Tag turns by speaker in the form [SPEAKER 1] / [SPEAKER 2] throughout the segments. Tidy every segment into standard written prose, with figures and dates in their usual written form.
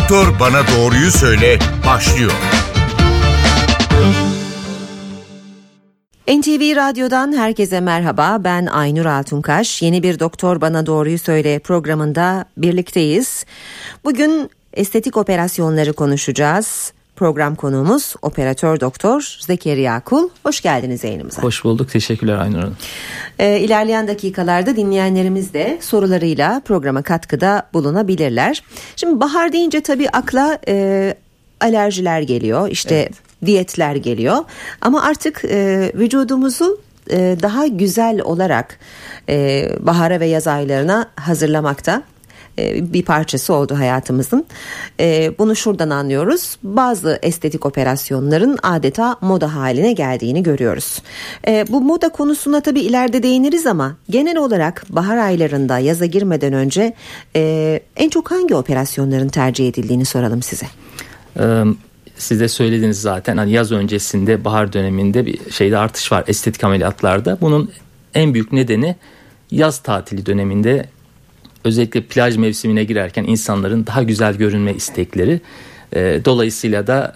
[SPEAKER 1] Doktor Bana Doğruyu Söyle başlıyor.
[SPEAKER 2] NTV Radyo'dan herkese merhaba. Ben Aynur Altunkaş. Yeni bir Doktor Bana Doğruyu Söyle programında birlikteyiz. Bugün estetik operasyonları konuşacağız. Program konuğumuz operatör doktor Zekeriya Kul. Hoş geldiniz yayınımıza.
[SPEAKER 3] Hoş bulduk. Teşekkürler Aynur Hanım.
[SPEAKER 2] İlerleyen dakikalarda dinleyenlerimiz de sorularıyla programa katkıda bulunabilirler. Şimdi bahar deyince tabii akla alerjiler geliyor. İşte evet. Diyetler geliyor. Ama artık vücudumuzu daha güzel olarak bahara ve yaz aylarına hazırlamakta bir parçası oldu hayatımızın. Bunu şuradan anlıyoruz. Bazı estetik operasyonların adeta moda haline geldiğini görüyoruz. Bu moda konusuna tabii ileride değiniriz ama genel olarak bahar aylarında yaza girmeden önce en çok hangi operasyonların tercih edildiğini soralım size.
[SPEAKER 3] Siz de söylediniz zaten, hani yaz öncesinde bahar döneminde bir şeyde artış var estetik ameliyatlarda. Bunun en büyük nedeni yaz tatili döneminde özellikle plaj mevsimine girerken insanların daha güzel görünme istekleri. Dolayısıyla da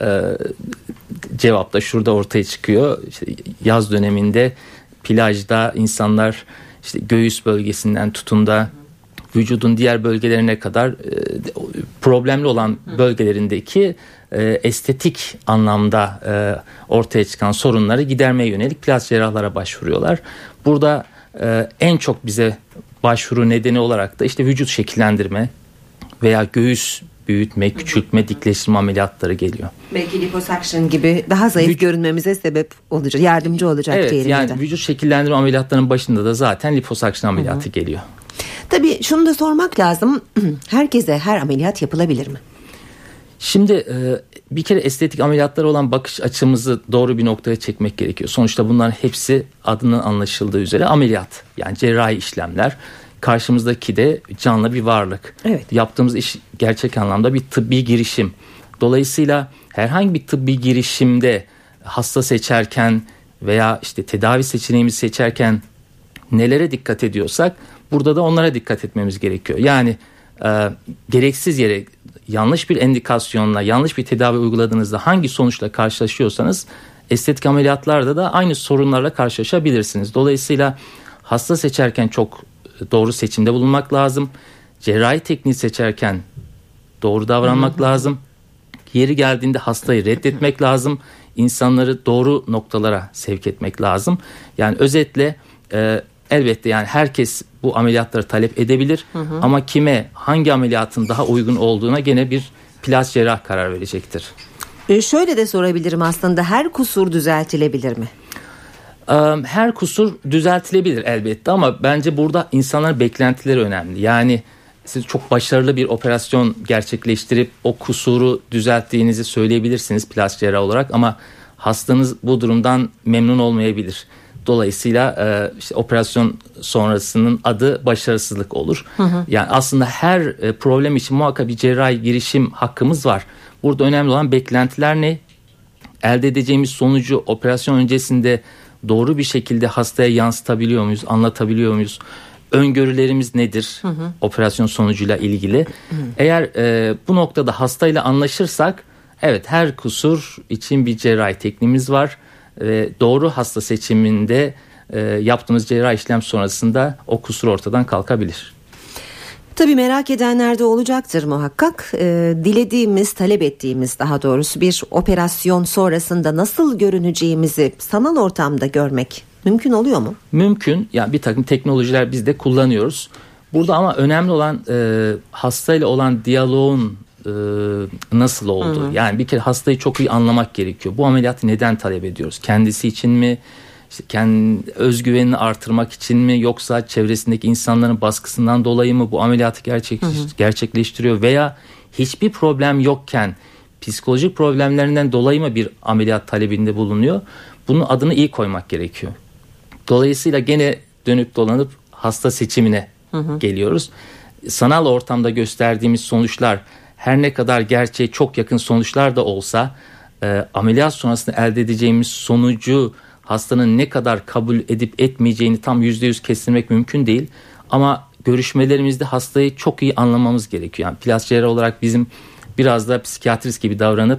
[SPEAKER 3] cevap da şurada ortaya çıkıyor. İşte yaz döneminde plajda insanlar işte göğüs bölgesinden tutun da vücudun diğer bölgelerine kadar problemli olan bölgelerindeki estetik anlamda ortaya çıkan sorunları gidermeye yönelik plaj cerrahlara başvuruyorlar. Burada en çok bize başvuru nedeni olarak da işte vücut şekillendirme veya göğüs büyütme, küçültme, dikleştirme ameliyatları geliyor.
[SPEAKER 2] Belki liposuction gibi daha zayıf görünmemize sebep olacak, yardımcı olacak
[SPEAKER 3] evet,
[SPEAKER 2] diyelim.
[SPEAKER 3] Yani vücut şekillendirme ameliyatlarının başında da zaten liposuction ameliyatı geliyor.
[SPEAKER 2] Tabii şunu da sormak lazım. Herkese her ameliyat yapılabilir mi?
[SPEAKER 3] Şimdi bir kere estetik ameliyatlara olan bakış açımızı doğru bir noktaya çekmek gerekiyor. Sonuçta bunların hepsi adının anlaşıldığı üzere ameliyat. Yani cerrahi işlemler. Karşımızdaki de canlı bir varlık. Evet. Yaptığımız iş gerçek anlamda bir tıbbi girişim. Dolayısıyla herhangi bir tıbbi girişimde hasta seçerken veya işte tedavi seçeneğimizi seçerken nelere dikkat ediyorsak burada da onlara dikkat etmemiz gerekiyor. Yani gereksiz yere yanlış bir endikasyonla yanlış bir tedavi uyguladığınızda hangi sonuçla karşılaşıyorsanız estetik ameliyatlarda da aynı sorunlarla karşılaşabilirsiniz. Dolayısıyla hasta seçerken çok doğru seçimde bulunmak lazım. Cerrahi tekniği seçerken doğru davranmak lazım. Yeri geldiğinde hastayı reddetmek lazım. İnsanları doğru noktalara sevk etmek lazım. Yani özetle elbette yani herkes bu ameliyatları talep edebilir. Ama kime hangi ameliyatın daha uygun olduğuna gene bir plastik cerrah karar verecektir.
[SPEAKER 2] Şöyle de sorabilirim aslında, her kusur düzeltilebilir mi?
[SPEAKER 3] Her kusur düzeltilebilir elbette ama bence burada insanların beklentileri önemli. Yani siz çok başarılı bir operasyon gerçekleştirip o kusuru düzelttiğinizi söyleyebilirsiniz plastik cerrah olarak ama hastanız bu durumdan memnun olmayabilir. Dolayısıyla işte operasyon sonrasının adı başarısızlık olur. Yani aslında her problem için muhakkak bir cerrahi girişim hakkımız var. Burada önemli olan beklentiler ne? Elde edeceğimiz sonucu operasyon öncesinde doğru bir şekilde hastaya yansıtabiliyor muyuz, anlatabiliyor muyuz? Öngörülerimiz nedir operasyon sonucuyla ilgili? Eğer bu noktada hastayla anlaşırsak evet her kusur için bir cerrahi tekniğimiz var. Doğru hasta seçiminde yaptığımız cerrahi işlem sonrasında o kusur ortadan kalkabilir.
[SPEAKER 2] Tabii merak edenler de olacaktır muhakkak. Dilediğimiz, talep ettiğimiz daha doğrusu bir operasyon sonrasında nasıl görüneceğimizi sanal ortamda görmek mümkün oluyor mu? Mümkün.
[SPEAKER 3] Yani bir takım teknolojiler biz de kullanıyoruz. Burada ama önemli olan hastayla olan diyaloğun nasıl olduğu. Yani bir kere hastayı çok iyi anlamak gerekiyor. Bu ameliyatı neden talep ediyoruz? Kendisi için mi? İşte kendi özgüvenini artırmak için mi, yoksa çevresindeki insanların baskısından dolayı mı bu ameliyatı gerçekleştiriyor veya hiçbir problem yokken psikolojik problemlerinden dolayı mı bir ameliyat talebinde bulunuyor? Bunun adını iyi koymak gerekiyor. Dolayısıyla gene dönüp dolanıp hasta seçimine geliyoruz. Sanal ortamda gösterdiğimiz sonuçlar her ne kadar gerçeğe çok yakın sonuçlar da olsa ameliyat sonrasında elde edeceğimiz sonucu hastanın ne kadar kabul edip etmeyeceğini tam %100 kestirmek mümkün değil. Ama görüşmelerimizde hastayı çok iyi anlamamız gerekiyor. Yani plastik cerrah olarak bizim biraz da psikiyatrist gibi davranıp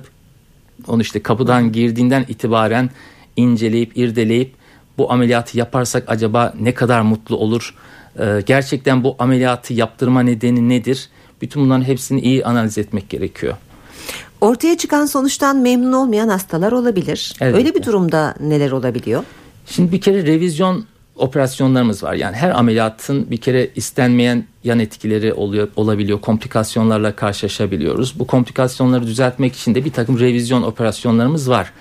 [SPEAKER 3] onu işte kapıdan girdiğinden itibaren inceleyip irdeleyip bu ameliyatı yaparsak acaba ne kadar mutlu olur? Gerçekten bu ameliyatı yaptırma nedeni nedir? Bütün bunların hepsini iyi analiz etmek gerekiyor.
[SPEAKER 2] Ortaya çıkan sonuçtan memnun olmayan hastalar olabilir.
[SPEAKER 3] Evet.
[SPEAKER 2] Öyle bir durumda neler olabiliyor?
[SPEAKER 3] Şimdi bir kere revizyon operasyonlarımız var. Yani her ameliyatın bir kere istenmeyen yan etkileri olabiliyor. Komplikasyonlarla karşılaşabiliyoruz. Bu komplikasyonları düzeltmek için de bir takım revizyon operasyonlarımız var.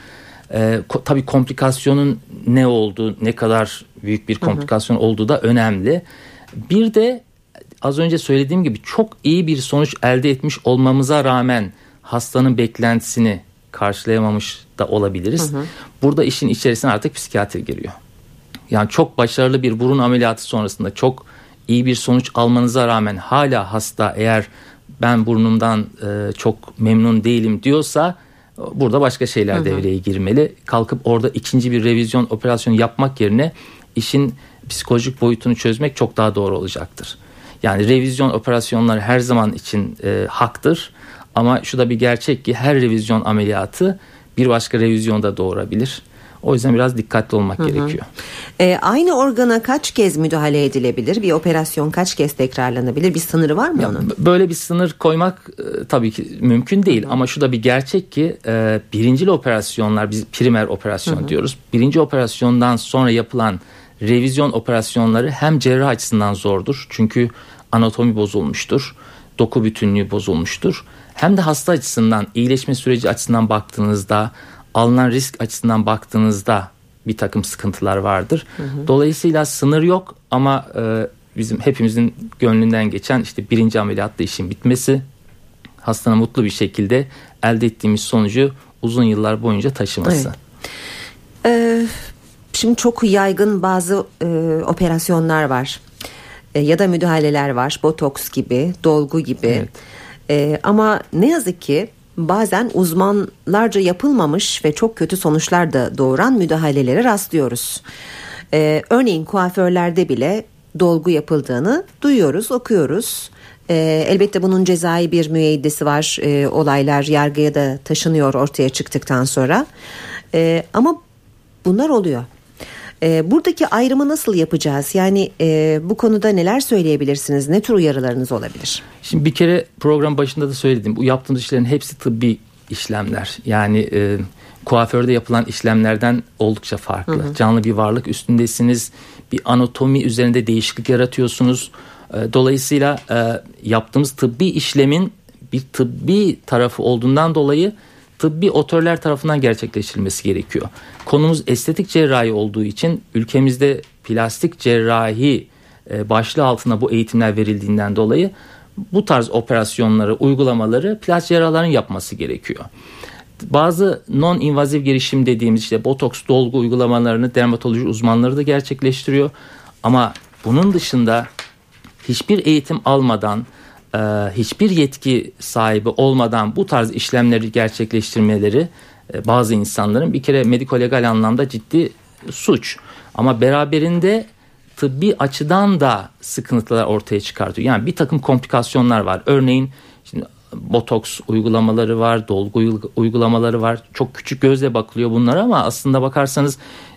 [SPEAKER 3] Tabii komplikasyonun ne olduğu, ne kadar büyük bir komplikasyon olduğu da önemli. Bir de az önce söylediğim gibi çok iyi bir sonuç elde etmiş olmamıza rağmen hastanın beklentisini karşılayamamış da olabiliriz. Burada işin içerisine artık psikiyatri giriyor. Yani çok başarılı bir burun ameliyatı sonrasında çok iyi bir sonuç almanıza rağmen hala hasta eğer ben burnumdan çok memnun değilim diyorsa burada başka şeyler devreye girmeli. Kalkıp orada ikinci bir revizyon operasyonu yapmak yerine işin psikolojik boyutunu çözmek çok daha doğru olacaktır. Yani revizyon operasyonları her zaman için haktır. Ama şu da bir gerçek ki her revizyon ameliyatı bir başka revizyonda doğurabilir. O yüzden biraz dikkatli olmak gerekiyor.
[SPEAKER 2] Aynı organa kaç kez müdahale edilebilir? Bir operasyon kaç kez tekrarlanabilir? Bir sınırı var mı onun?
[SPEAKER 3] Böyle bir sınır koymak tabii ki mümkün değil. Ama şu da bir gerçek ki birincil operasyonlar, biz primer operasyon diyoruz. Birinci operasyondan sonra yapılan revizyon operasyonları hem cerrah açısından zordur. Çünkü anatomi bozulmuştur. Doku bütünlüğü bozulmuştur. Hem de hasta açısından, iyileşme süreci açısından baktığınızda, alınan risk açısından baktığınızda bir takım sıkıntılar vardır. Dolayısıyla sınır yok ama bizim hepimizin gönlünden geçen işte birinci ameliyatta işin bitmesi, hastanın mutlu bir şekilde elde ettiğimiz sonucu uzun yıllar boyunca taşıması.
[SPEAKER 2] Evet. Şimdi çok yaygın bazı operasyonlar var ya da müdahaleler var, botoks gibi, dolgu gibi. Evet. Ama ne yazık ki bazen uzmanlarca yapılmamış ve çok kötü sonuçlar da doğuran müdahalelere rastlıyoruz. Örneğin kuaförlerde bile dolgu yapıldığını duyuyoruz, okuyoruz. Elbette bunun cezai bir müeyyidesi var. Olaylar yargıya da taşınıyor ortaya çıktıktan sonra. Ama bunlar oluyor. Buradaki ayrımı nasıl yapacağız? Yani bu konuda neler söyleyebilirsiniz? Ne tür uyarılarınız olabilir?
[SPEAKER 3] Şimdi bir kere program başında da söyledim. Bu yaptığımız işlerin hepsi tıbbi işlemler. Yani kuaförde yapılan işlemlerden oldukça farklı. Canlı bir varlık üstündesiniz. Bir anatomi üzerinde değişiklik yaratıyorsunuz. Dolayısıyla yaptığımız tıbbi işlemin bir tıbbi tarafı olduğundan dolayı tıbbi otörler tarafından gerçekleştirilmesi gerekiyor. Konumuz estetik cerrahi olduğu için ülkemizde plastik cerrahi başlığı altında bu eğitimler verildiğinden dolayı bu tarz operasyonları, uygulamaları plastik cerrahların yapması gerekiyor. Bazı non-invaziv girişim dediğimiz işte botoks, dolgu uygulamalarını dermatoloji uzmanları da gerçekleştiriyor. Ama bunun dışında hiçbir eğitim almadan, hiçbir yetki sahibi olmadan bu tarz işlemleri gerçekleştirmeleri bazı insanların bir kere mediko-legal anlamda ciddi suç. Ama beraberinde tıbbi açıdan da sıkıntılar ortaya çıkartıyor. Yani bir takım komplikasyonlar var. Örneğin şimdi botoks uygulamaları var, dolgu uygulamaları var. Çok küçük gözle bakılıyor bunlara ama aslında bakarsanız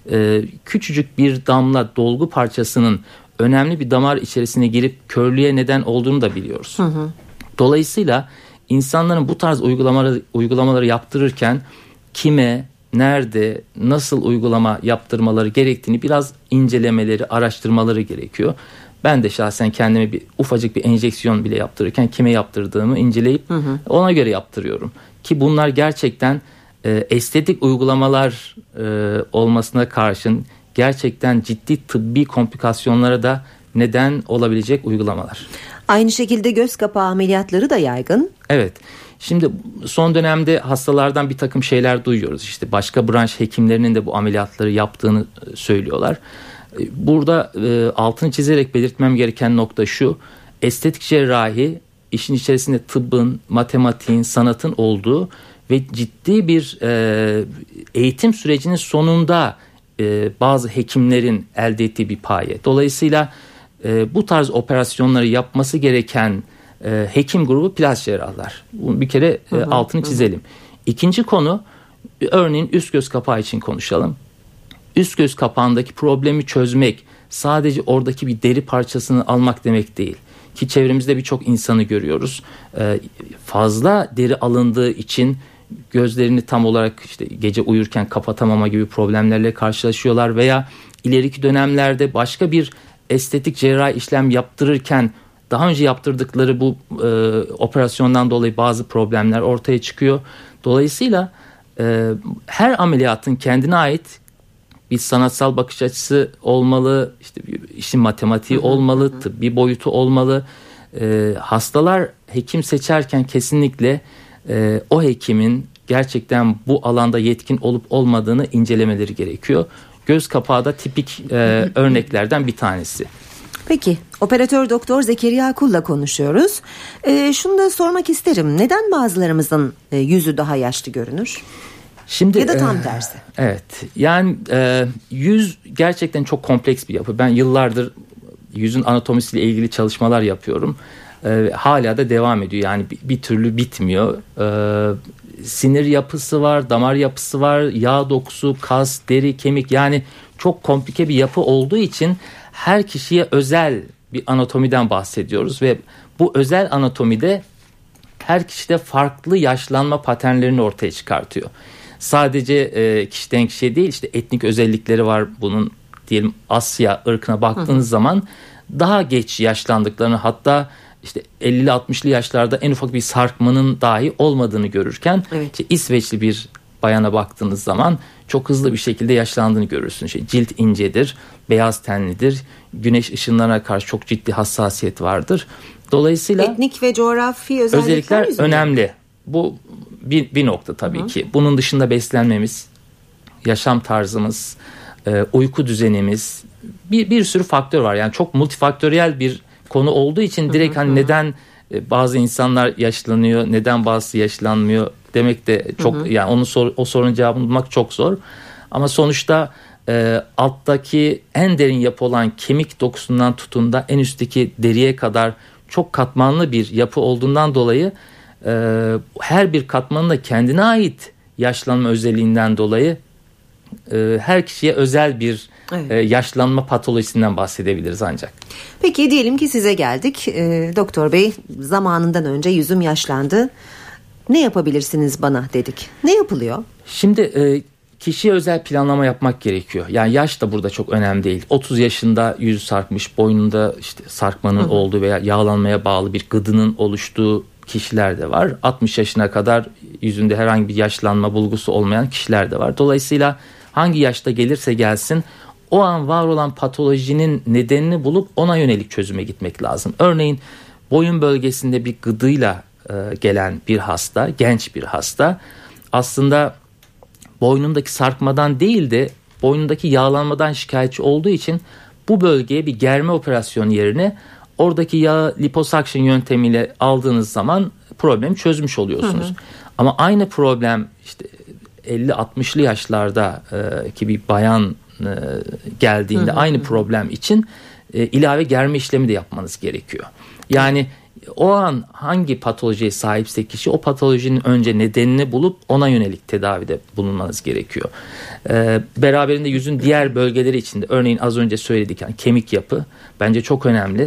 [SPEAKER 3] küçücük bir damla dolgu parçasının önemli bir damar içerisine girip körlüğe neden olduğunu da biliyoruz. Dolayısıyla insanların bu tarz uygulamaları yaptırırken kime, nerede, nasıl uygulama yaptırmaları gerektiğini biraz incelemeleri, araştırmaları gerekiyor. Ben de şahsen kendime ufacık bir enjeksiyon bile yaptırırken kime yaptırdığımı inceleyip ona göre yaptırıyorum. Ki bunlar gerçekten estetik uygulamalar olmasına karşın gerçekten ciddi tıbbi komplikasyonlara da neden olabilecek uygulamalar.
[SPEAKER 2] Aynı şekilde göz kapağı ameliyatları da yaygın.
[SPEAKER 3] Evet. Şimdi son dönemde hastalardan bir takım şeyler duyuyoruz. İşte başka branş hekimlerinin de bu ameliyatları yaptığını söylüyorlar. Burada altını çizerek belirtmem gereken nokta şu. Estetik cerrahi işin içerisinde tıbbın, matematiğin, sanatın olduğu ve ciddi bir eğitim sürecinin sonunda bazı hekimlerin elde ettiği bir paye. Dolayısıyla bu tarz operasyonları yapması gereken hekim grubu plastik cerrahlar. Bunu bir kere altını çizelim. İkinci konu, örneğin üst göz kapağı için konuşalım. Üst göz kapağındaki problemi çözmek sadece oradaki bir deri parçasını almak demek değil. Ki çevremizde birçok insanı görüyoruz. Fazla deri alındığı için gözlerini tam olarak işte gece uyurken kapatamama gibi problemlerle karşılaşıyorlar veya ileriki dönemlerde başka bir estetik cerrahi işlem yaptırırken daha önce yaptırdıkları bu operasyondan dolayı bazı problemler ortaya çıkıyor. Dolayısıyla her ameliyatın kendine ait bir sanatsal bakış açısı olmalı, işte işin matematiği olmalı, tıbbi boyutu olmalı. Hastalar hekim seçerken kesinlikle o hekimin gerçekten bu alanda yetkin olup olmadığını incelemeleri gerekiyor. Göz kapağı da tipik örneklerden bir tanesi.
[SPEAKER 2] Peki, operatör doktor Zekeriya Kul'la konuşuyoruz. Şunu da sormak isterim. Neden bazılarımızın yüzü daha yaşlı görünür?
[SPEAKER 3] Şimdi,
[SPEAKER 2] ya da tam tersi.
[SPEAKER 3] Evet, yani yüz gerçekten çok kompleks bir yapı. Ben yıllardır yüzün anatomisiyle ilgili çalışmalar yapıyorum. Hala da devam ediyor. Yani bir türlü bitmiyor. Sinir yapısı var, damar yapısı var, yağ dokusu, kas, deri, kemik, yani çok komplike bir yapı olduğu için her kişiye özel bir anatomiden bahsediyoruz ve bu özel anatomide her kişide farklı yaşlanma paternlerini ortaya çıkartıyor. Sadece kişiden kişiye değil, işte etnik özellikleri var bunun, diyelim Asya ırkına baktığınız zaman daha geç yaşlandıklarını, hatta işte 50'li 60'lı yaşlarda en ufak bir sarkmanın dahi olmadığını görürken işte İsveçli bir bayana baktığınız zaman çok hızlı bir şekilde yaşlandığını görürsünüz. Cilt incedir, beyaz tenlidir, güneş ışınlarına karşı çok ciddi hassasiyet vardır. Dolayısıyla
[SPEAKER 2] etnik ve coğrafi
[SPEAKER 3] özellikler önemli. Bu bir nokta tabii ki. Bunun dışında beslenmemiz, yaşam tarzımız, uyku düzenimiz, bir sürü faktör var. Yani çok multifaktöriyel bir konu olduğu için direkt hani neden bazı insanlar yaşlanıyor, neden bazısı yaşlanmıyor demek de çok, yani o sorunun cevabını bulmak çok zor. Ama sonuçta alttaki en derin yapı olan kemik dokusundan tutun da en üstteki deriye kadar çok katmanlı bir yapı olduğundan dolayı her bir katmanın da kendine ait yaşlanma özelliğinden dolayı her kişiye özel bir yaşlanma patolojisinden bahsedebiliriz ancak.
[SPEAKER 2] Peki diyelim ki size geldik. Doktor bey, zamanından önce yüzüm yaşlandı. Ne yapabilirsiniz bana dedik. Ne yapılıyor?
[SPEAKER 3] Şimdi kişiye özel planlama yapmak gerekiyor. Yani yaş da burada çok önemli değil. 30 yaşında yüzü sarkmış, boynunda işte sarkmanın olduğu veya yağlanmaya bağlı bir gıdının oluştuğu kişiler de var. 60 yaşına kadar yüzünde herhangi bir yaşlanma bulgusu olmayan kişiler de var. Dolayısıyla hangi yaşta gelirse gelsin o an var olan patolojinin nedenini bulup ona yönelik çözüme gitmek lazım. Örneğin boyun bölgesinde bir gıdıyla gelen bir hasta, genç bir hasta aslında boynundaki sarkmadan değil de boynundaki yağlanmadan şikayetçi olduğu için bu bölgeye bir germe operasyonu yerine oradaki yağı liposuction yöntemiyle aldığınız zaman problemi çözmüş oluyorsunuz. Ama aynı problem işte 50-60'lı yaşlarda ki bir bayan geldiğinde aynı problem için ilave germe işlemi de yapmanız gerekiyor. Yani o an hangi patolojiye sahipse kişi o patolojinin önce nedenini bulup ona yönelik tedavide bulunmanız gerekiyor. Beraberinde yüzün diğer bölgeleri içinde, örneğin az önce söyledik, yani kemik yapı bence çok önemli.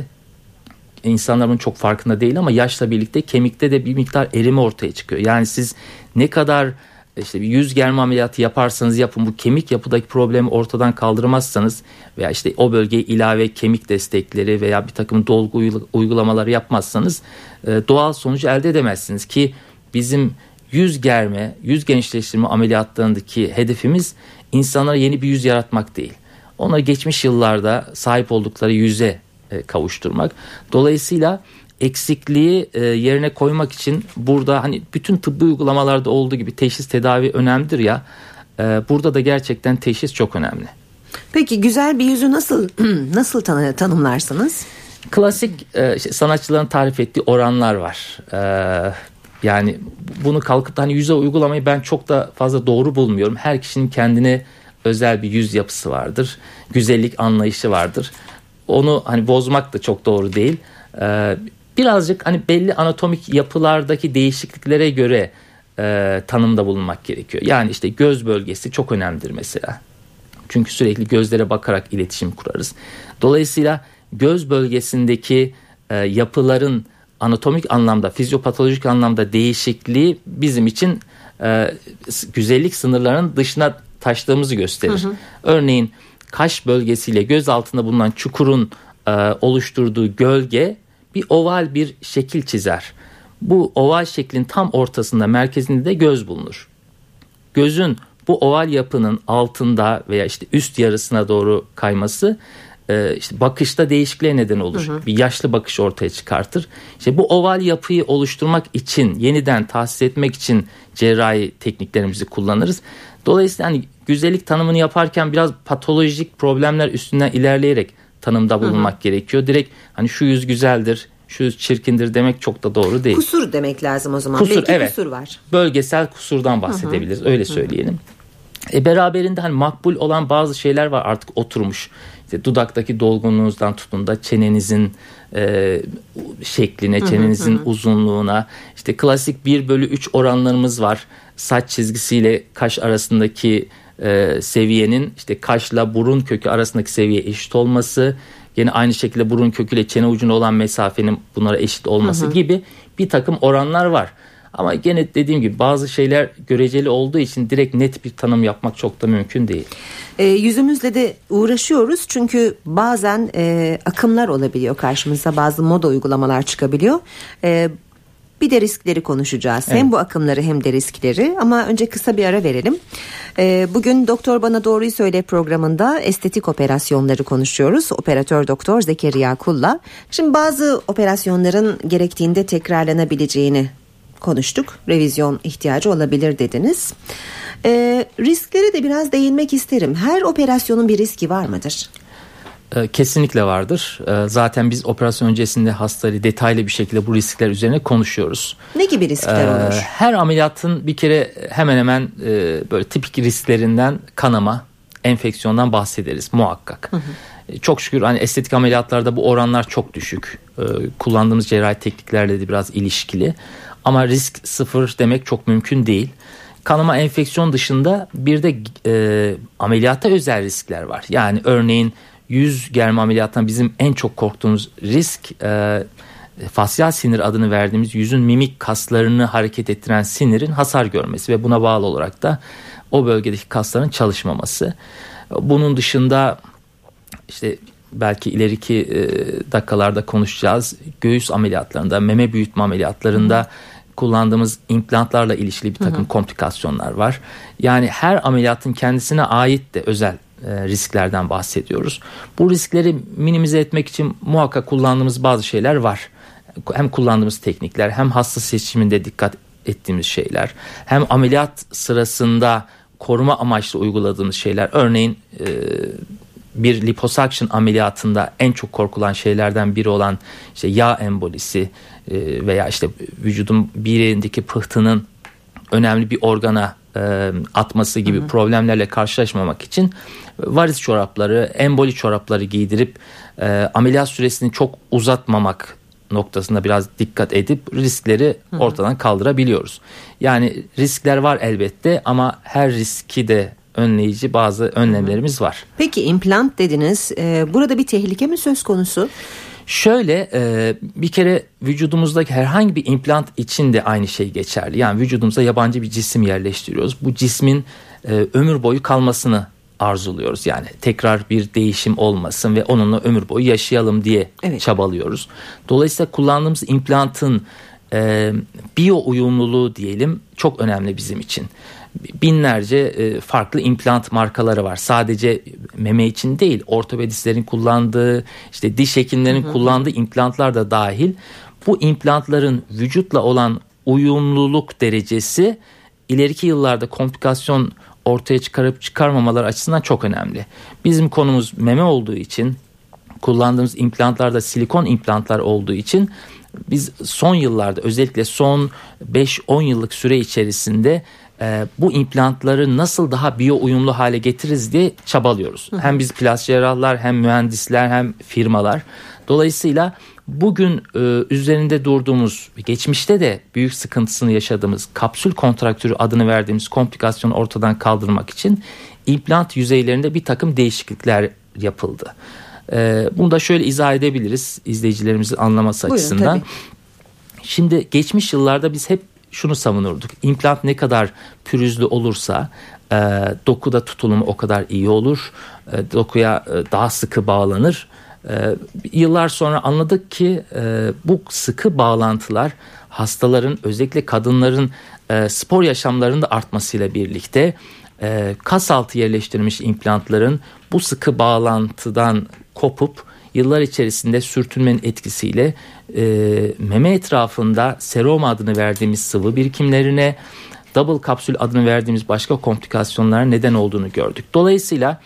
[SPEAKER 3] İnsanlar bunun çok farkında değil ama yaşla birlikte kemikte de bir miktar erime ortaya çıkıyor. Yani siz ne kadar işte bir yüz germe ameliyatı yaparsanız yapın, bu kemik yapıdaki problemi ortadan kaldırmazsanız veya işte o bölgeye ilave kemik destekleri veya bir takım dolgu uygulamaları yapmazsanız doğal sonucu elde edemezsiniz. Ki bizim yüz germe, yüz gençleştirme ameliyatlarındaki hedefimiz insanlara yeni bir yüz yaratmak değil. Onları geçmiş yıllarda sahip oldukları yüze kavuşturmak. Dolayısıyla eksikliği yerine koymak için burada hani bütün tıbbi uygulamalarda olduğu gibi teşhis tedavi önemlidir ya, burada da gerçekten teşhis çok önemli.
[SPEAKER 2] Peki güzel bir yüzü nasıl tanımlarsınız?
[SPEAKER 3] Klasik sanatçıların tarif ettiği oranlar var. Yani bunu kalkıp da hani yüze uygulamayı ben çok da fazla doğru bulmuyorum. Her kişinin kendine özel bir yüz yapısı vardır. Güzellik anlayışı vardır. Onu hani bozmak da çok doğru değil. birazcık hani belli anatomik yapılardaki değişikliklere göre tanımda bulunmak gerekiyor. Yani işte göz bölgesi çok önemlidir mesela. Çünkü sürekli gözlere bakarak iletişim kurarız. Dolayısıyla göz bölgesindeki yapıların anatomik anlamda, fizyopatolojik anlamda değişikliği bizim için güzellik sınırlarının dışına taştığımızı gösterir. Örneğin kaş bölgesiyle göz altında bulunan çukurun oluşturduğu gölge bir oval bir şekil çizer. Bu oval şeklin tam ortasında, merkezinde de göz bulunur. Gözün bu oval yapının altında veya işte üst yarısına doğru kayması işte bakışta değişikliğe neden olur. Bir yaşlı bakış ortaya çıkartır. İşte bu oval yapıyı oluşturmak için, yeniden tahsis etmek için cerrahi tekniklerimizi kullanırız. Dolayısıyla hani güzellik tanımını yaparken biraz patolojik problemler üstünden ilerleyerek tanımda bulunmak gerekiyor. Direkt hani şu yüz güzeldir, şu yüz çirkindir demek çok da doğru değil.
[SPEAKER 2] Kusur demek lazım o zaman.
[SPEAKER 3] Kusur,
[SPEAKER 2] belki
[SPEAKER 3] evet.
[SPEAKER 2] Kusur var.
[SPEAKER 3] Bölgesel kusurdan bahsedebiliriz. Öyle söyleyelim. Beraberinde hani makbul olan bazı şeyler var, artık oturmuş. İşte dudaktaki dolgunluğunuzdan tutun da çenenizin şekline, çenenizin uzunluğuna, işte klasik 1/3 oranlarımız var. Saç çizgisiyle kaş arasındaki seviyenin işte kaşla burun kökü arasındaki seviye eşit olması, yine aynı şekilde burun köküyle çene ucuna olan mesafenin bunlara eşit olması gibi bir takım oranlar var. Ama gene dediğim gibi bazı şeyler göreceli olduğu için direkt net bir tanım yapmak çok da mümkün değil.
[SPEAKER 2] Yüzümüzle de uğraşıyoruz çünkü bazen akımlar olabiliyor karşımıza, bazı moda uygulamalar çıkabiliyor. Bir de riskleri konuşacağız. Evet. Hem bu akımları hem de riskleri, ama önce kısa bir ara verelim. Bugün Doktor Bana Doğruyu Söyle programında estetik operasyonları konuşuyoruz. Operatör Doktor Zekeriya Kulla. Şimdi bazı operasyonların gerektiğinde tekrarlanabileceğini konuştuk. Revizyon ihtiyacı olabilir dediniz. Risklere de biraz değinmek isterim. Her operasyonun bir riski var mıdır?
[SPEAKER 3] Kesinlikle vardır. Zaten biz operasyon öncesinde hastayla detaylı bir şekilde bu riskler üzerine konuşuyoruz.
[SPEAKER 2] Ne gibi riskler olur?
[SPEAKER 3] Her ameliyatın bir kere hemen hemen böyle tipik risklerinden kanama, enfeksiyondan bahsederiz muhakkak. Çok şükür hani estetik ameliyatlarda bu oranlar çok düşük. Kullandığımız cerrahi tekniklerle de biraz ilişkili. Ama risk sıfır demek çok mümkün değil. Kanama, enfeksiyon dışında bir de ameliyata özel riskler var. Yani örneğin yüz germe ameliyatından bizim en çok korktuğumuz risk fasyal sinir adını verdiğimiz yüzün mimik kaslarını hareket ettiren sinirin hasar görmesi ve buna bağlı olarak da o bölgedeki kasların çalışmaması. Bunun dışında işte belki ileriki dakikalarda konuşacağız. Göğüs ameliyatlarında, meme büyütme ameliyatlarında kullandığımız implantlarla ilişkili bir takım komplikasyonlar var. Yani her ameliyatın kendisine ait de özel risklerden bahsediyoruz. Bu riskleri minimize etmek için muhakkak kullandığımız bazı şeyler var. Hem kullandığımız teknikler, hem hasta seçiminde dikkat ettiğimiz şeyler, hem ameliyat sırasında koruma amaçlı uyguladığımız şeyler. Örneğin bir liposuction ameliyatında en çok korkulan şeylerden biri olan işte yağ embolisi veya işte vücudun bir yerindeki pıhtının önemli bir organa atması gibi problemlerle karşılaşmamak için varis çorapları, emboli çorapları giydirip ameliyat süresini çok uzatmamak noktasında biraz dikkat edip riskleri ortadan kaldırabiliyoruz. Yani riskler var elbette, ama her riski de önleyici bazı önlemlerimiz var.
[SPEAKER 2] Peki implant dediniz. Burada bir tehlike mi söz konusu?
[SPEAKER 3] Şöyle bir kere vücudumuzdaki herhangi bir implant için de aynı şey geçerli. Yani vücudumuza yabancı bir cisim yerleştiriyoruz. Bu cismin ömür boyu kalmasını arzuluyoruz. Yani tekrar bir değişim olmasın ve onunla ömür boyu yaşayalım diye çabalıyoruz. Dolayısıyla kullandığımız implantın biyo uyumluluğu diyelim çok önemli bizim için. Binlerce farklı implant markaları var. Sadece meme için değil, ortopedistlerin kullandığı, işte diş hekimlerinin kullandığı implantlar da dahil. Bu implantların vücutla olan uyumluluk derecesi ileriki yıllarda komplikasyon ortaya çıkarıp çıkarmamalar açısından çok önemli. Bizim konumuz meme olduğu için, kullandığımız implantlar da silikon implantlar olduğu için biz son yıllarda, özellikle son 5-10 yıllık süre içerisinde bu implantları nasıl daha biyo uyumlu hale getiririz diye çabalıyoruz. Hem biz plastik cerrahlar, hem mühendisler, hem firmalar. Dolayısıyla bugün üzerinde durduğumuz, geçmişte de büyük sıkıntısını yaşadığımız kapsül kontraktürü adını verdiğimiz komplikasyonu ortadan kaldırmak için implant yüzeylerinde bir takım değişiklikler yapıldı. Bunu da şöyle izah edebiliriz izleyicilerimizin anlaması açısından.
[SPEAKER 2] Tabii.
[SPEAKER 3] Şimdi geçmiş yıllarda biz hep şunu savunurduk. İmplant ne kadar pürüzlü olursa dokuda tutulumu o kadar iyi olur. Dokuya daha sıkı bağlanır. Yıllar sonra anladık ki bu sıkı bağlantılar hastaların, özellikle kadınların spor yaşamlarında artmasıyla birlikte kas altı yerleştirilmiş implantların bu sıkı bağlantıdan kopup yıllar içerisinde sürtünmenin etkisiyle meme etrafında serum adını verdiğimiz sıvı birikimlerine, double kapsül adını verdiğimiz başka komplikasyonlara neden olduğunu gördük. Dolayısıyla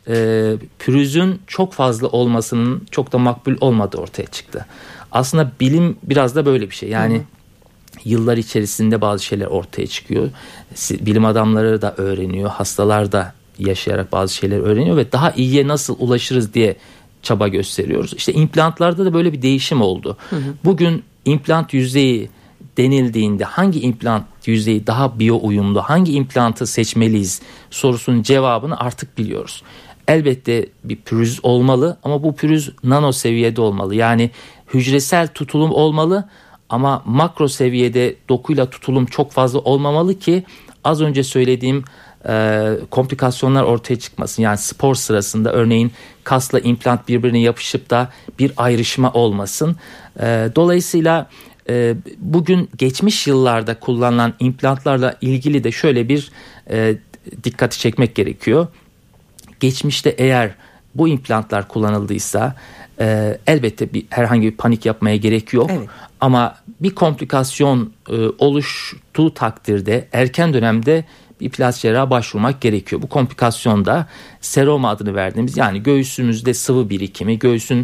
[SPEAKER 3] pürüzün çok fazla olmasının çok da makbul olmadığı ortaya çıktı. Aslında bilim biraz da böyle bir şey. Yani yıllar içerisinde bazı şeyler ortaya çıkıyor. Bilim adamları da öğreniyor, hastalar da yaşayarak bazı şeyler öğreniyor ve daha iyiye nasıl ulaşırız diye çaba gösteriyoruz. İşte implantlarda da böyle bir değişim oldu. Bugün implant yüzeyi denildiğinde hangi implant yüzeyi daha biyo uyumlu, hangi implantı seçmeliyiz sorusunun cevabını artık biliyoruz. Elbette bir pürüz olmalı ama bu pürüz nano seviyede olmalı. Yani hücresel tutulum olmalı ama makro seviyede dokuyla tutulum çok fazla olmamalı ki az önce söylediğim komplikasyonlar ortaya çıkmasın. Yani spor sırasında örneğin kasla implant birbirine yapışıp da bir ayrışma olmasın. Dolayısıyla bugün geçmiş yıllarda kullanılan implantlarla ilgili de şöyle bir dikkati çekmek gerekiyor. Geçmişte eğer bu implantlar kullanıldıysa elbette herhangi bir panik yapmaya gerek yok. Evet. Ama bir komplikasyon oluştuğu takdirde erken dönemde bir plastik cerraha başvurmak gerekiyor. Bu komplikasyonda seroma adını verdiğimiz, yani göğsümüzde sıvı birikimi, göğsün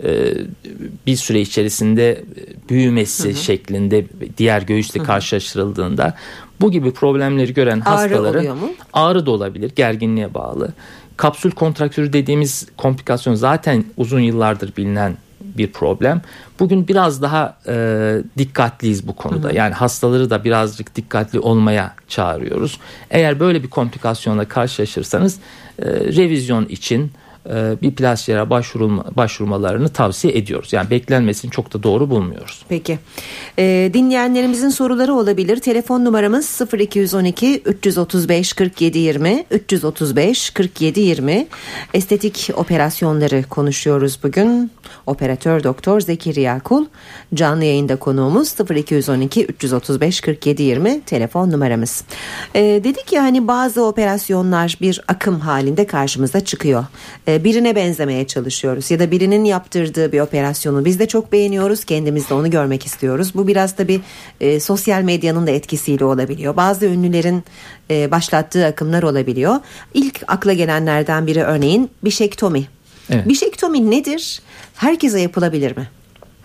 [SPEAKER 3] bir süre içerisinde büyümesi şeklinde diğer göğüsle karşılaştırıldığında bu gibi problemleri gören hastaları ağrı da olabilir, gerginliğe bağlı. Kapsül kontraktürü dediğimiz komplikasyon zaten uzun yıllardır bilinen bir problem. Bugün biraz daha dikkatliyiz bu konuda. Yani hastaları da birazcık dikkatli olmaya çağırıyoruz. Eğer böyle bir komplikasyonla karşılaşırsanız revizyon için bir plastik cerraha başvurmalarını tavsiye ediyoruz. Yani beklenmesini çok da doğru bulmuyoruz.
[SPEAKER 2] Peki. Dinleyenlerimizin soruları olabilir. Telefon numaramız 0212 335 47 20 335 47 20. Estetik operasyonları konuşuyoruz bugün. Operatör Doktor Zekeriya Kul. Canlı yayında konuğumuz 0212 335 47 20 telefon numaramız. Dedik ya hani bazı operasyonlar bir akım halinde karşımıza çıkıyor. Birine benzemeye çalışıyoruz ya da birinin yaptırdığı bir operasyonu biz de çok beğeniyoruz, kendimiz de onu görmek istiyoruz. Bu biraz tabii sosyal medyanın da etkisiyle olabiliyor. Bazı ünlülerin başlattığı akımlar olabiliyor. İlk akla gelenlerden biri örneğin bişektomi. Evet. Bişektomi nedir? Herkese yapılabilir mi?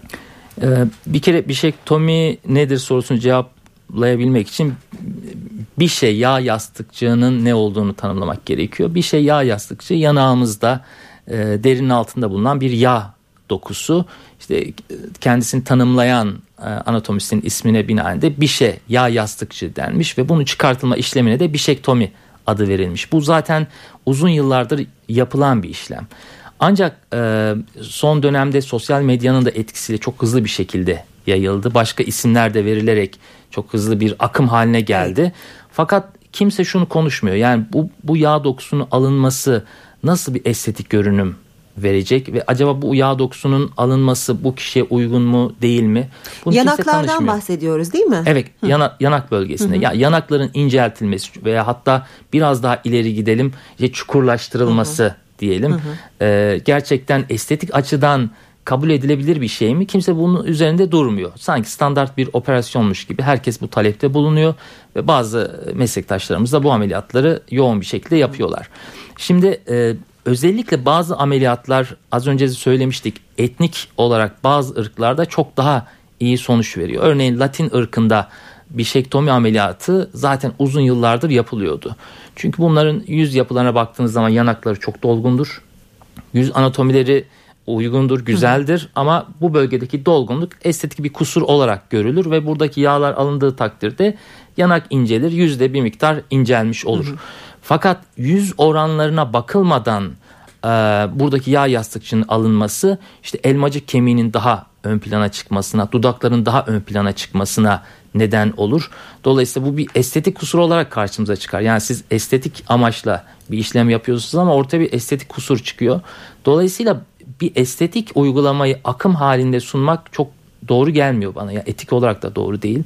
[SPEAKER 3] Bir kere bişektomi nedir sorusunu cevaplayabilmek için bir şey yağ yastıkçığının ne olduğunu tanımlamak gerekiyor. Bir şey yağ yastıkçığı yanağımızda derinin altında bulunan bir yağ dokusu. İşte kendisini tanımlayan anatomistin ismine binaen de bir şey yağ yastıkçığı denmiş ve bunun çıkartılma işlemine de bişektomi adı verilmiş. Bu zaten uzun yıllardır yapılan bir işlem. Ancak son dönemde sosyal medyanın da etkisiyle çok hızlı bir şekilde yayıldı. Başka isimler de verilerek çok hızlı bir akım haline geldi. Evet. Fakat kimse şunu konuşmuyor. Yani bu yağ dokusunun alınması nasıl bir estetik görünüm verecek ve acaba bu yağ dokusunun alınması bu kişiye uygun mu değil mi? Bunu
[SPEAKER 2] yanaklardan bahsediyoruz değil mi?
[SPEAKER 3] Evet, yanak bölgesinde. Ya yanakların inceltilmesi veya hatta biraz daha ileri gidelim, çukurlaştırılması diyelim. Gerçekten estetik açıdan kabul edilebilir bir şey mi? Kimse bunun üzerinde durmuyor. Sanki standart bir operasyonmuş gibi herkes bu talepte bulunuyor ve bazı meslektaşlarımız da bu ameliyatları yoğun bir şekilde yapıyorlar. Şimdi özellikle bazı ameliyatlar, az önce söylemiştik, etnik olarak bazı ırklarda çok daha iyi sonuç veriyor. Örneğin Latin ırkında bişektomi ameliyatı zaten uzun yıllardır yapılıyordu. Çünkü bunların yüz yapılarına baktığınız zaman yanakları çok dolgundur. Yüz anatomileri uygundur, güzeldir ama bu bölgedeki dolgunluk estetik bir kusur olarak görülür ve buradaki yağlar alındığı takdirde yanak incelir, yüzde bir miktar incelmiş olur. Fakat yüz oranlarına bakılmadan buradaki yağ yastıkçının alınması işte elmacık kemiğinin daha ön plana çıkmasına, dudakların daha ön plana çıkmasına neden olur. Dolayısıyla bu bir estetik kusur olarak karşımıza çıkar. Yani siz estetik amaçla bir işlem yapıyorsunuz ama ortaya bir estetik kusur çıkıyor. Dolayısıyla bir estetik uygulamayı akım halinde sunmak çok doğru gelmiyor bana. Yani etik olarak da doğru değil.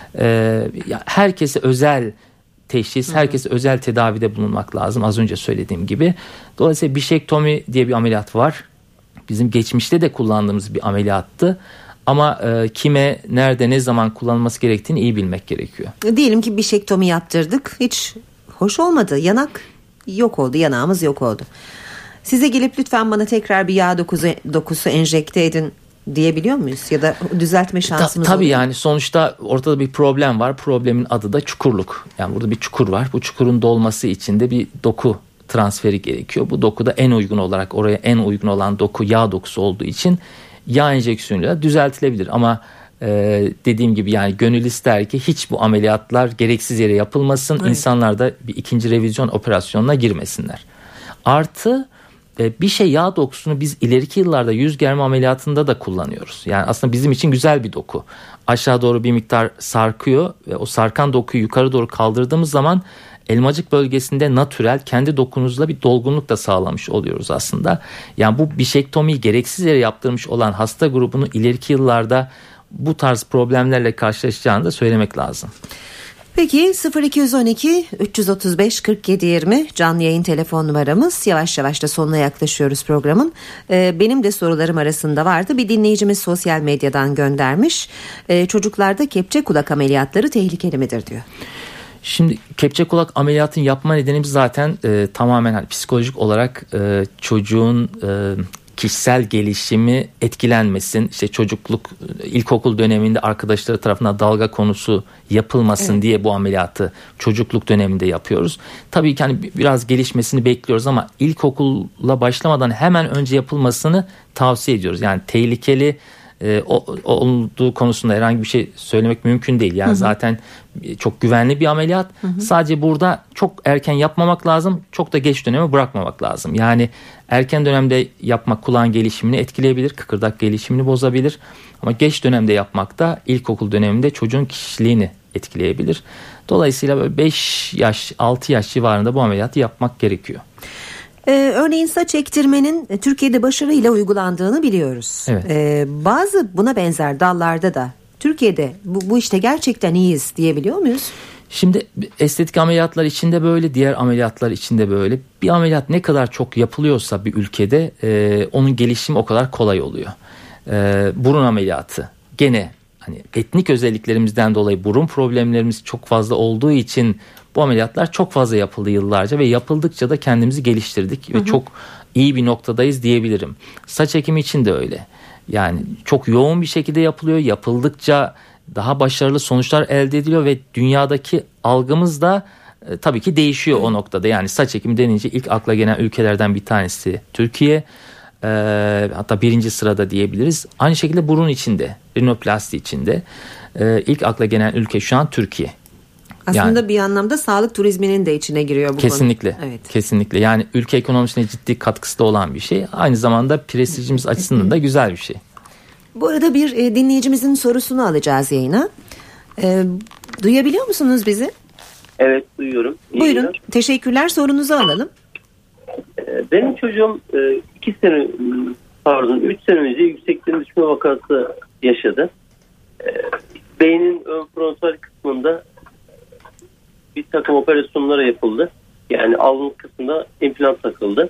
[SPEAKER 3] Herkese özel teşhis, herkese özel tedavide bulunmak lazım. Az önce söylediğim gibi. Dolayısıyla bişektomi diye bir ameliyat var. Bizim geçmişte de kullandığımız bir ameliyattı. Ama kime, nerede, ne zaman kullanılması gerektiğini iyi bilmek gerekiyor.
[SPEAKER 2] Diyelim ki bişektomi yaptırdık. Hiç hoş olmadı. Yanak yok oldu. Yanağımız yok oldu. Size gelip lütfen bana tekrar bir yağ dokusu enjekte edin diyebiliyor muyuz? Ya da düzeltme şansımız
[SPEAKER 3] tabii
[SPEAKER 2] oluyor.
[SPEAKER 3] yani sonuçta ortada bir problem var. Problemin adı da çukurluk. Yani burada bir çukur var. Bu çukurun dolması için de bir doku transferi gerekiyor. Bu dokuda en uygun olarak oraya en uygun olan doku yağ dokusu olduğu için yağ enjeksiyonuyla düzeltilebilir. Ama dediğim gibi yani gönül ister ki hiç bu ameliyatlar gereksiz yere yapılmasın. Evet. İnsanlar da bir ikinci revizyon operasyonuna girmesinler. Artı bir yağ dokusunu biz ileriki yıllarda yüz germe ameliyatında da kullanıyoruz. Yani aslında bizim için güzel bir doku. Aşağı doğru bir miktar sarkıyor ve o sarkan dokuyu yukarı doğru kaldırdığımız zaman elmacık bölgesinde natürel kendi dokunuzla bir dolgunluk da sağlamış oluyoruz aslında. Yani bu bişektomiyi gereksiz yere yaptırmış olan hasta grubunu ileriki yıllarda bu tarz problemlerle karşılaşacağını da söylemek lazım.
[SPEAKER 2] Peki 0212 335 47 20 canlı yayın telefon numaramız. Yavaş yavaş da sonuna yaklaşıyoruz programın. Benim de sorularım arasında vardı. Bir dinleyicimiz sosyal medyadan göndermiş. Çocuklarda kepçe kulak ameliyatları tehlikeli midir diyor.
[SPEAKER 3] Şimdi kepçe kulak ameliyatını yapma nedenimiz zaten tamamen psikolojik olarak çocuğun kişisel gelişimi etkilenmesin. İşte çocukluk, ilkokul döneminde arkadaşları tarafından dalga konusu yapılmasın diye bu ameliyatı çocukluk döneminde yapıyoruz. Tabii ki hani biraz gelişmesini bekliyoruz ama ilkokulla başlamadan hemen önce yapılmasını tavsiye ediyoruz. Yani tehlikeli olduğu konusunda herhangi bir şey söylemek mümkün değil. Yani zaten çok güvenli bir ameliyat. Sadece burada çok erken yapmamak lazım. Çok da geç döneme bırakmamak lazım. Yani erken dönemde yapmak kulağın gelişimini etkileyebilir. Kıkırdak gelişimini bozabilir. Ama geç dönemde yapmak da ilkokul döneminde çocuğun kişiliğini etkileyebilir. Dolayısıyla 5 yaş 6 yaş civarında bu ameliyatı yapmak gerekiyor.
[SPEAKER 2] Örneğin saç ektirmenin Türkiye'de başarıyla uygulandığını biliyoruz.
[SPEAKER 3] Evet.
[SPEAKER 2] Bazı buna benzer dallarda da Türkiye'de bu işte gerçekten iyiyiz diyebiliyor muyuz?
[SPEAKER 3] Şimdi estetik ameliyatlar içinde böyle, diğer ameliyatlar içinde böyle. Bir ameliyat ne kadar çok yapılıyorsa bir ülkede onun gelişimi o kadar kolay oluyor. Burun ameliyatı gene hani etnik özelliklerimizden dolayı burun problemlerimiz çok fazla olduğu için bu ameliyatlar çok fazla yapıldı yıllarca ve yapıldıkça da kendimizi geliştirdik ve çok iyi bir noktadayız diyebilirim. Saç ekimi için de öyle. Yani çok yoğun bir şekilde yapılıyor. Yapıldıkça daha başarılı sonuçlar elde ediliyor ve dünyadaki algımız da tabii ki değişiyor o noktada. Yani saç ekimi denince ilk akla gelen ülkelerden bir tanesi Türkiye. Hatta birinci sırada diyebiliriz. Aynı şekilde burun içinde, rinoplasti içinde ilk akla gelen ülke şu an Türkiye.
[SPEAKER 2] Aslında yani, bir anlamda sağlık turizminin de içine giriyor bu
[SPEAKER 3] kesinlikle,
[SPEAKER 2] konu. Evet.
[SPEAKER 3] Kesinlikle. Yani ülke ekonomisine ciddi katkısı da olan bir şey. Aynı zamanda prestijimiz açısından da güzel bir şey.
[SPEAKER 2] Bu arada bir dinleyicimizin sorusunu alacağız yayına. Duyabiliyor musunuz bizi?
[SPEAKER 4] Evet, duyuyorum.
[SPEAKER 2] Buyurun. Yayınlar. Teşekkürler. Sorunuzu alalım.
[SPEAKER 4] Benim çocuğum 3 sene önce yüksekten düşme vakası yaşadı. Beynin ön frontal kısmında bir takım operasyonlara yapıldı. Yani alnın kısmında implant takıldı.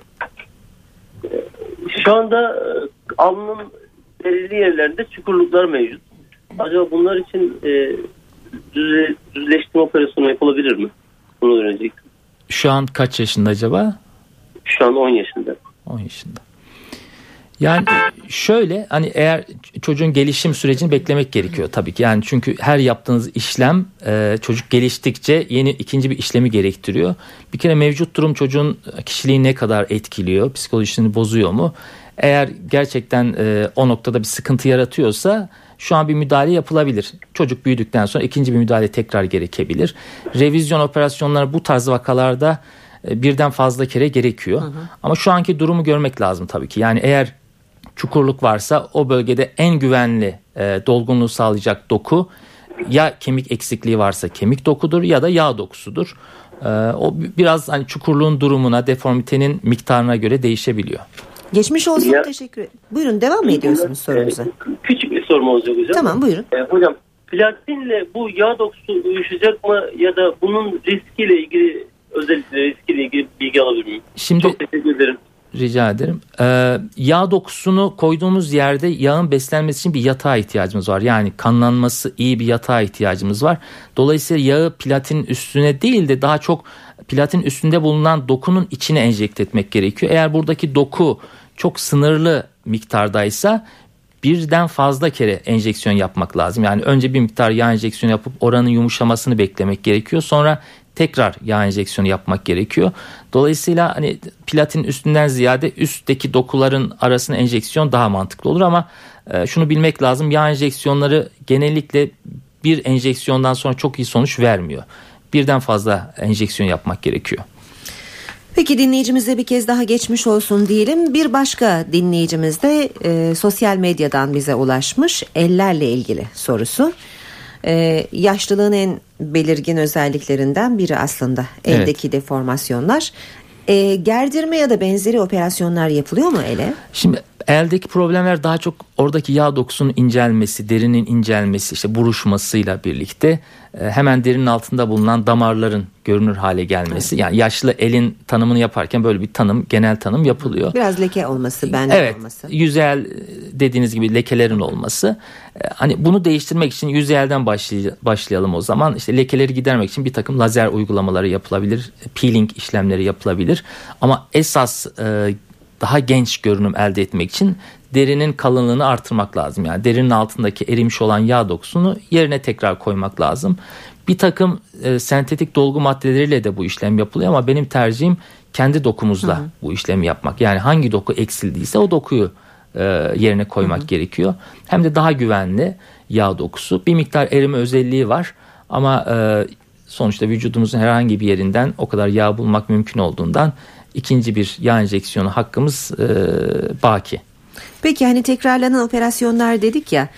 [SPEAKER 4] Şu anda alnın belirli yerlerinde çukurluklar mevcut. Acaba bunlar için düzleştirme operasyonu yapılabilir mi? Bunu öğrenecektim.
[SPEAKER 3] Şu an kaç yaşında acaba?
[SPEAKER 4] Şu an 10 yaşında.
[SPEAKER 3] 10 yaşında. Yani şöyle, hani eğer çocuğun gelişim sürecini beklemek gerekiyor tabii ki. Yani çünkü her yaptığınız işlem çocuk geliştikçe yeni ikinci bir işlemi gerektiriyor. Bir kere mevcut durum çocuğun kişiliğini ne kadar etkiliyor, psikolojisini bozuyor mu? Eğer gerçekten o noktada bir sıkıntı yaratıyorsa şu an bir müdahale yapılabilir. Çocuk büyüdükten sonra ikinci bir müdahale tekrar gerekebilir. Revizyon operasyonları bu tarz vakalarda birden fazla kere gerekiyor. Ama şu anki durumu görmek lazım tabii ki. Yani eğer çukurluk varsa o bölgede en güvenli dolgunluğu sağlayacak doku ya kemik eksikliği varsa kemik dokudur ya da yağ dokusudur. O biraz hani çukurluğun durumuna, deformitenin miktarına göre değişebiliyor.
[SPEAKER 2] Geçmiş olsun, teşekkür ederim. Buyurun, devam mı ediyorsunuz sorunuza?
[SPEAKER 4] Küçük bir sorum olacak hocam.
[SPEAKER 2] Tamam, buyurun.
[SPEAKER 4] Hocam, platinle bu yağ dokusu uyuşacak mı ya da bunun riskiyle ilgili, özellikle riskiyle ilgili bilgi alabilir miyim?
[SPEAKER 3] Şimdi,
[SPEAKER 4] çok teşekkür ederim.
[SPEAKER 3] Rica ederim. Yağ dokusunu koyduğumuz yerde yağın beslenmesi için bir yatağa ihtiyacımız var. Yani kanlanması iyi bir yatağa ihtiyacımız var. Dolayısıyla yağı platin üstüne değil de daha çok platin üstünde bulunan dokunun içine enjekte etmek gerekiyor. Eğer buradaki doku çok sınırlı miktardaysa birden fazla kere enjeksiyon yapmak lazım. Yani önce bir miktar yağ enjeksiyonu yapıp oranın yumuşamasını beklemek gerekiyor. Sonra tekrar yağ enjeksiyonu yapmak gerekiyor. Dolayısıyla hani platin üstünden ziyade üstteki dokuların arasına enjeksiyon daha mantıklı olur ama şunu bilmek lazım. Yağ enjeksiyonları genellikle bir enjeksiyondan sonra çok iyi sonuç vermiyor. Birden fazla enjeksiyon yapmak gerekiyor.
[SPEAKER 2] Peki, dinleyicimize bir kez daha geçmiş olsun diyelim. Bir başka dinleyicimiz de sosyal medyadan bize ulaşmış. Ellerle ilgili sorusu. Yaşlılığın en belirgin özelliklerinden biri aslında eldeki deformasyonlar. Gerdirme ya da benzeri operasyonlar yapılıyor mu ele?
[SPEAKER 3] Şimdi eldeki problemler daha çok oradaki yağ dokusunun incelmesi, derinin incelmesi, işte buruşmasıyla birlikte hemen derinin altında bulunan damarların görünür hale gelmesi. Evet. Yani yaşlı elin tanımını yaparken böyle bir tanım, genel tanım yapılıyor. Biraz
[SPEAKER 2] leke olması, benlik olması.
[SPEAKER 3] Evet, yüzeyel dediğiniz gibi lekelerin olması. Hani bunu değiştirmek için yüzeyelden başlayalım o zaman. İşte lekeleri gidermek için bir takım lazer uygulamaları yapılabilir, peeling işlemleri yapılabilir. Ama esas daha genç görünüm elde etmek için derinin kalınlığını artırmak lazım. Yani derinin altındaki erimiş olan yağ dokusunu yerine tekrar koymak lazım. Bir takım sentetik dolgu maddeleriyle de bu işlem yapılıyor ama benim tercihim kendi dokumuzla bu işlemi yapmak. Yani hangi doku eksildiyse o dokuyu yerine koymak gerekiyor. Hem de daha güvenli yağ dokusu. Bir miktar erime özelliği var ama sonuçta vücudumuzun herhangi bir yerinden o kadar yağ bulmak mümkün olduğundan ikinci bir yağ enjeksiyonu hakkımız baki.
[SPEAKER 2] Peki, hani tekrarlanan operasyonlar dedik ya,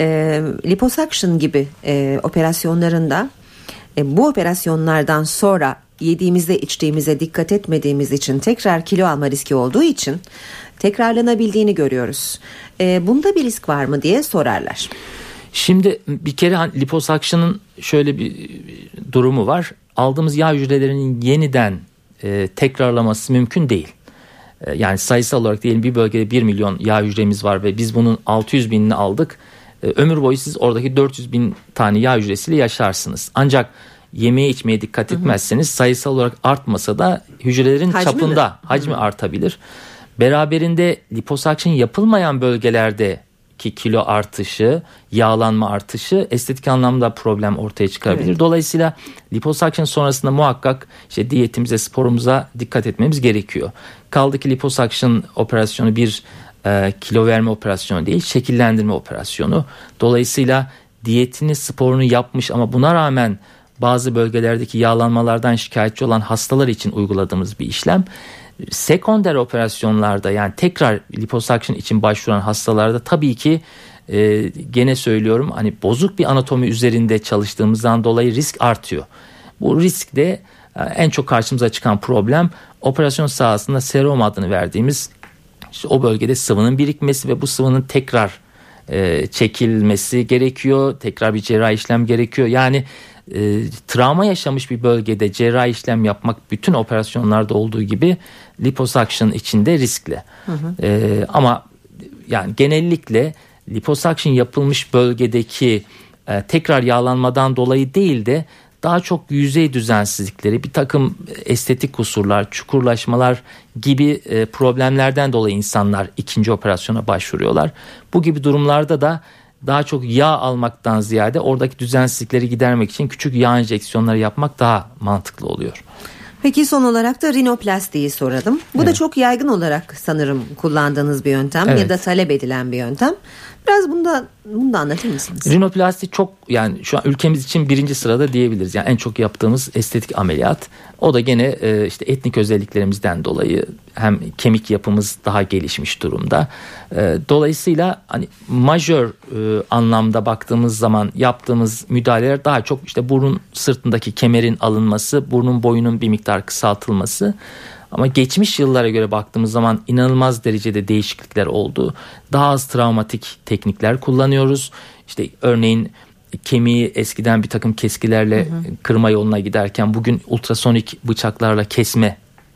[SPEAKER 2] liposuction gibi operasyonlarında bu operasyonlardan sonra yediğimizde içtiğimize dikkat etmediğimiz için tekrar kilo alma riski olduğu için tekrarlanabildiğini görüyoruz. Bunda bir risk var mı diye sorarlar.
[SPEAKER 3] Şimdi bir kere liposuction'ın şöyle bir durumu var. Aldığımız yağ hücrelerinin yeniden tekrarlaması mümkün değil. Yani sayısal olarak diyelim bir bölgede 1 milyon yağ hücremiz var ve biz bunun 600 binini aldık. Ömür boyu siz oradaki 400 bin tane yağ hücresiyle yaşarsınız. Ancak yemeye içmeye dikkat etmezseniz sayısal olarak artmasa da hücrelerin hacmi artabilir. Beraberinde liposuction yapılmayan bölgelerde ki kilo artışı, yağlanma artışı estetik anlamda problem ortaya çıkarabilir. Evet. Dolayısıyla liposuction sonrasında muhakkak işte diyetimize, sporumuza dikkat etmemiz gerekiyor. Kaldı ki liposuction operasyonu bir kilo verme operasyonu değil, şekillendirme operasyonu. Dolayısıyla diyetini, sporunu yapmış ama buna rağmen bazı bölgelerdeki yağlanmalardan şikayetçi olan hastalar için uyguladığımız bir işlem. Sekonder operasyonlarda, yani tekrar liposuction için başvuran hastalarda tabii ki gene söylüyorum, hani bozuk bir anatomi üzerinde çalıştığımızdan dolayı risk artıyor. Bu risk de en çok karşımıza çıkan problem operasyon sahasında serum adını verdiğimiz işte o bölgede sıvının birikmesi ve bu sıvının tekrar çekilmesi gerekiyor. Tekrar bir cerrahi işlem gerekiyor. Yani travma yaşamış bir bölgede cerrahi işlem yapmak bütün operasyonlarda olduğu gibi liposuction içinde riskli. Ama yani genellikle liposuction yapılmış bölgedeki tekrar yağlanmadan dolayı değil de daha çok yüzey düzensizlikleri, bir takım estetik kusurlar, çukurlaşmalar gibi problemlerden dolayı insanlar ikinci operasyona başvuruyorlar. Bu gibi durumlarda da daha çok yağ almaktan ziyade oradaki düzensizlikleri gidermek için küçük yağ enjeksiyonları yapmak daha mantıklı oluyor.
[SPEAKER 2] Peki son olarak da rinoplastiyi soralım. Bu da çok yaygın olarak sanırım kullandığınız bir yöntem ya da talep edilen bir yöntem. Biraz bunu da anlatır mısınız?
[SPEAKER 3] Rinoplasti çok, yani şu an ülkemiz için birinci sırada diyebiliriz. Yani en çok yaptığımız estetik ameliyat. O da gene işte etnik özelliklerimizden dolayı hem kemik yapımız daha gelişmiş durumda. Dolayısıyla hani majör anlamda baktığımız zaman yaptığımız müdahaleler daha çok işte burun sırtındaki kemerin alınması, burnun boyunun bir miktar kısaltılması. Ama geçmiş yıllara göre baktığımız zaman inanılmaz derecede değişiklikler oldu. Daha az travmatik teknikler kullanıyoruz. İşte örneğin kemiği eskiden bir takım keskilerle kırma yoluna giderken bugün ultrasonik bıçaklarla kesme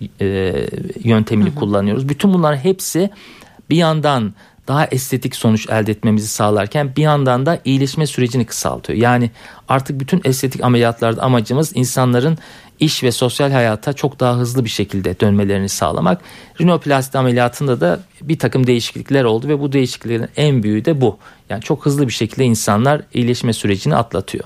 [SPEAKER 3] yöntemini kullanıyoruz. Bütün bunlar hepsi bir yandan daha estetik sonuç elde etmemizi sağlarken bir yandan da iyileşme sürecini kısaltıyor. Yani artık bütün estetik ameliyatlarda amacımız insanların iş ve sosyal hayata çok daha hızlı bir şekilde dönmelerini sağlamak. Rinoplasti ameliyatında da bir takım değişiklikler oldu ve bu değişikliklerin en büyüğü de bu. Yani çok hızlı bir şekilde insanlar iyileşme sürecini atlatıyor.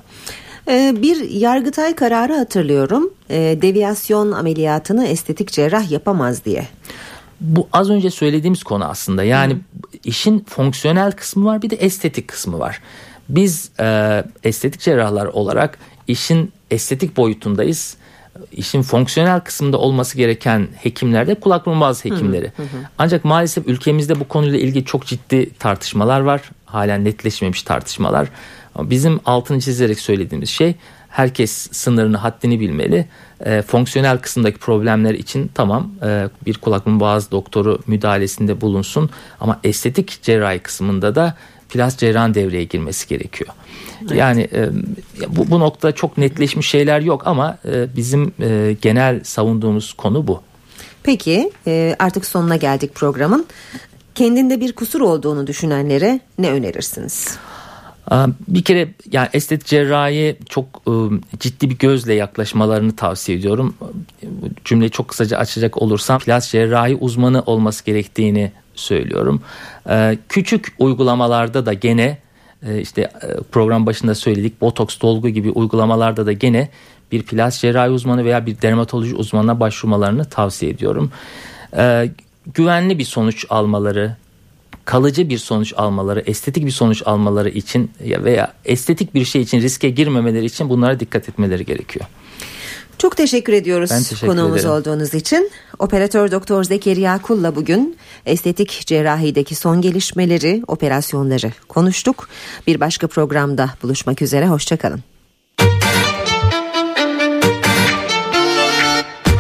[SPEAKER 2] Bir Yargıtay kararı hatırlıyorum. Deviyasyon ameliyatını estetik cerrah yapamaz diye.
[SPEAKER 3] Bu az önce söylediğimiz konu aslında. Yani işin fonksiyonel kısmı var, bir de estetik kısmı var. Biz estetik cerrahlar olarak işin estetik boyutundayız. İşin fonksiyonel kısmında olması gereken hekimler de kulak burun boğaz hekimleri. Ancak maalesef ülkemizde bu konuyla ilgili çok ciddi tartışmalar var. Halen netleşmemiş tartışmalar. Ama bizim altını çizerek söylediğimiz şey, herkes sınırını, haddini bilmeli. Fonksiyonel kısımdaki problemler için tamam, bir kulak burun boğaz doktoru müdahalesinde bulunsun. Ama estetik cerrahi kısmında da plastik cerrahın devreye girmesi gerekiyor. Evet. Yani bu noktada çok netleşmiş şeyler yok ama bizim genel savunduğumuz konu bu.
[SPEAKER 2] Peki artık sonuna geldik programın. Kendinde bir kusur olduğunu düşünenlere ne önerirsiniz?
[SPEAKER 3] Bir kere yani estetik cerrahiye çok ciddi bir gözle yaklaşmalarını tavsiye ediyorum. Cümleyi çok kısaca açacak olursam, plastik cerrahi uzmanı olması gerektiğini söylüyorum. Küçük uygulamalarda da gene işte program başında söyledik, botoks, dolgu gibi uygulamalarda da gene bir plastik cerrahi uzmanı veya bir dermatoloji uzmanına başvurmalarını tavsiye ediyorum. Güvenli bir sonuç almaları, kalıcı bir sonuç almaları, estetik bir sonuç almaları için veya estetik bir şey için riske girmemeleri için bunlara dikkat etmeleri gerekiyor.
[SPEAKER 2] Çok teşekkür ediyoruz konuğumuz olduğunuz için. Operatör Doktor Zekeriya Kul'la bugün estetik cerrahideki son gelişmeleri, operasyonları konuştuk. Bir başka programda buluşmak üzere, hoşçakalın.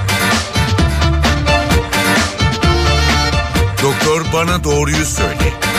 [SPEAKER 1] Doktor Bana Doğruyu Söyle.